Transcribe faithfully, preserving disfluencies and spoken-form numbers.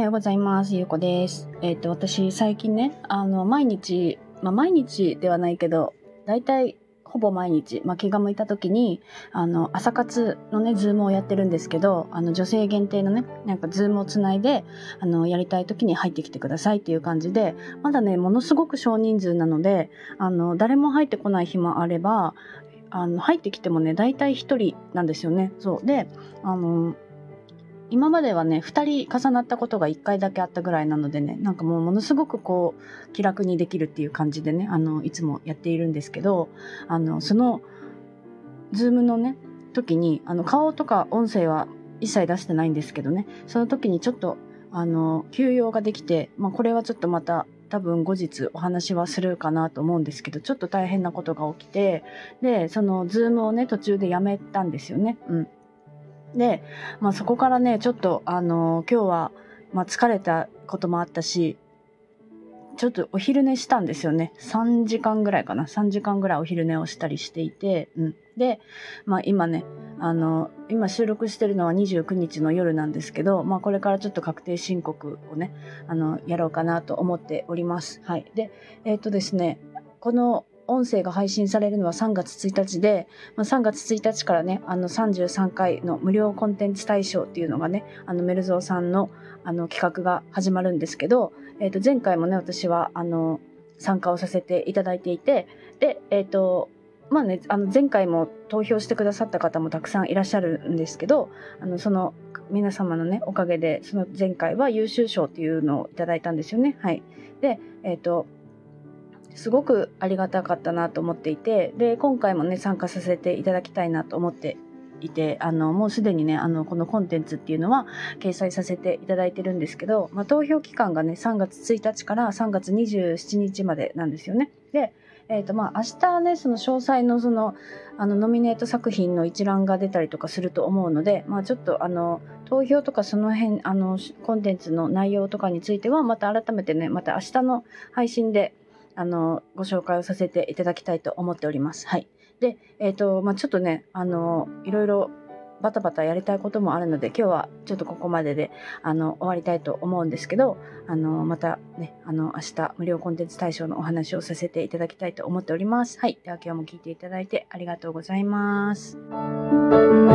ようございます。ゆうこです。えっ、と、私、最近ね、あの、毎日、まあ、毎日ではないけど、だいたいほぼ毎日、まあ、気が向いた時に、あの、朝活のね、ズームをやってるんですけど、あの、女性限定のね、なんかズームをつないで、あの、やりたい時に入ってきてくださいっていう感じで、まだね、ものすごく少人数なので、あの、誰も入ってこない日もあれば、あの、入ってきてもね、だいたいひとりなんですよね。そう。で、あの、今まではねふたり重なったことがいっかいだけあったぐらいなのでね、なんかもうものすごくこう気楽にできるっていう感じでね、あのいつもやっているんですけど、あのそのズームのね時にあの顔とか音声は一切出してないんですけどね、その時にちょっとあの休養ができて、まあ、これはちょっとまた多分後日お話はするかなと思うんですけど、ちょっと大変なことが起きて、でそのズームをね途中でやめたんですよね。うんで、まあ、そこからねちょっとあの今日は、まあ、疲れたこともあったし、ちょっとお昼寝したんですよね。さんじかんぐらいかな。さんじかんぐらいお昼寝をしたりしていて、うん、で、まあ、今ねあの今収録してるのはにじゅうくにちの夜なんですけど、まあ、これからちょっと確定申告をねあのやろうかなと思っております。はい。で、えっとですね、この音声が配信されるのはさんがつついたちで、まあ、さんがつついたちからねあのさんじゅうさんかいの無料コンテンツ大賞っていうのがね、あのメルゾーさんのあの企画が始まるんですけど、えー、と前回もね私はあの参加をさせていただいていて、でえっ、とまあね、あの前回も投票してくださった方もたくさんいらっしゃるんですけど、あのその皆様のねおかげでその前回は優秀賞っていうのをいただいたんですよね。はい。でえっ、とすごくありがたかったなと思っていて、で今回もね参加させていただきたいなと思っていて、あのもうすでにねあのこのコンテンツっていうのは掲載させていただいてるんですけど、まあ、投票期間がねさんがつついたちからさんがつにじゅうしちにちまでなんですよね。でえーとまあ、明日ねその詳細のそのあのノミネート作品の一覧が出たりとかすると思うので、まあ、ちょっとあの投票とかその辺あのコンテンツの内容とかについてはまた改めてねまた明日の配信であのご紹介をさせていただきたいと思っております。はい。で、えっと、まあ、ちょっとね、あの、いろいろバタバタやりたいこともあるので、今日はちょっとここまでで、あの、終わりたいと思うんですけど、あの、またね、あの、明日無料コンテンツ大賞のお話をさせていただきたいと思っております。はい。では今日も聞いていただいてありがとうございます。